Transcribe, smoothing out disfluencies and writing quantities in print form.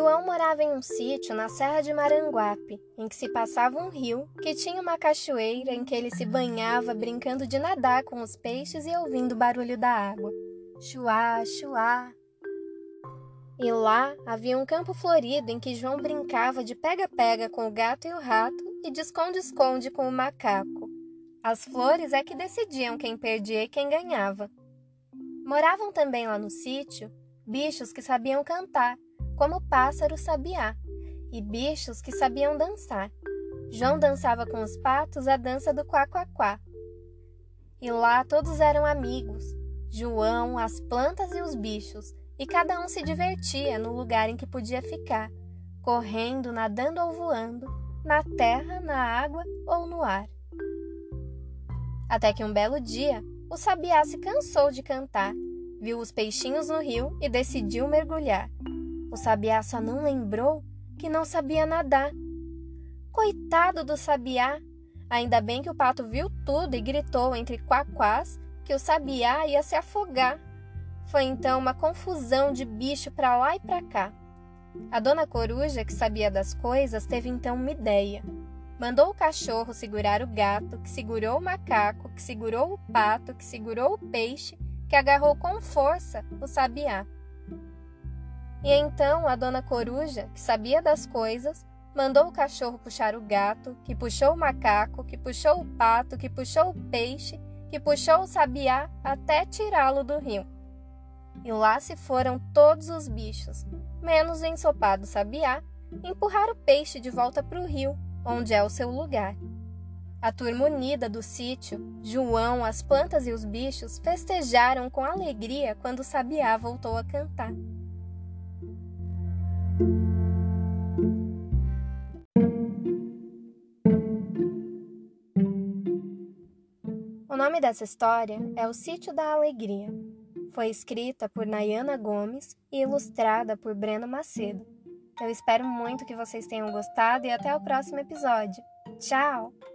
João morava em um sítio na Serra de Maranguape, em que se passava um rio que tinha uma cachoeira em que ele se banhava brincando de nadar com os peixes e ouvindo o barulho da água. Chuá, chuá. E lá havia um campo florido em que João brincava de pega-pega com o gato e o rato e de esconde-esconde com o macaco. As flores é que decidiam quem perdia e quem ganhava. Moravam também lá no sítio bichos que sabiam cantar, como o pássaro sabiá, e bichos que sabiam dançar. João dançava com os patos a dança do quá-quá-quá. E lá todos eram amigos, João, as plantas e os bichos, e cada um se divertia no lugar em que podia ficar, correndo, nadando ou voando, na terra, na água ou no ar. Até que um belo dia, o sabiá se cansou de cantar, viu os peixinhos no rio e decidiu mergulhar. O sabiá só não lembrou que não sabia nadar. Coitado do sabiá! Ainda bem que o pato viu tudo e gritou entre quaquás que o sabiá ia se afogar. Foi então uma confusão de bicho para lá e para cá. A dona Coruja, que sabia das coisas, teve então uma ideia. Mandou o cachorro segurar o gato, que segurou o macaco, que segurou o pato, que segurou o peixe, que agarrou com força o sabiá. E então a dona Coruja, que sabia das coisas, mandou o cachorro puxar o gato, que puxou o macaco, que puxou o pato, que puxou o peixe, que puxou o sabiá até tirá-lo do rio. E lá se foram todos os bichos, menos o ensopado sabiá, empurrar o peixe de volta para o rio, onde é o seu lugar. A turma unida do sítio, João, as plantas e os bichos festejaram com alegria quando o sabiá voltou a cantar. O nome dessa história é O Sítio da Alegria. Foi escrita por Nayana Gomes e ilustrada por Breno Macedo. Eu espero muito que vocês tenham gostado e até o próximo episódio. Tchau!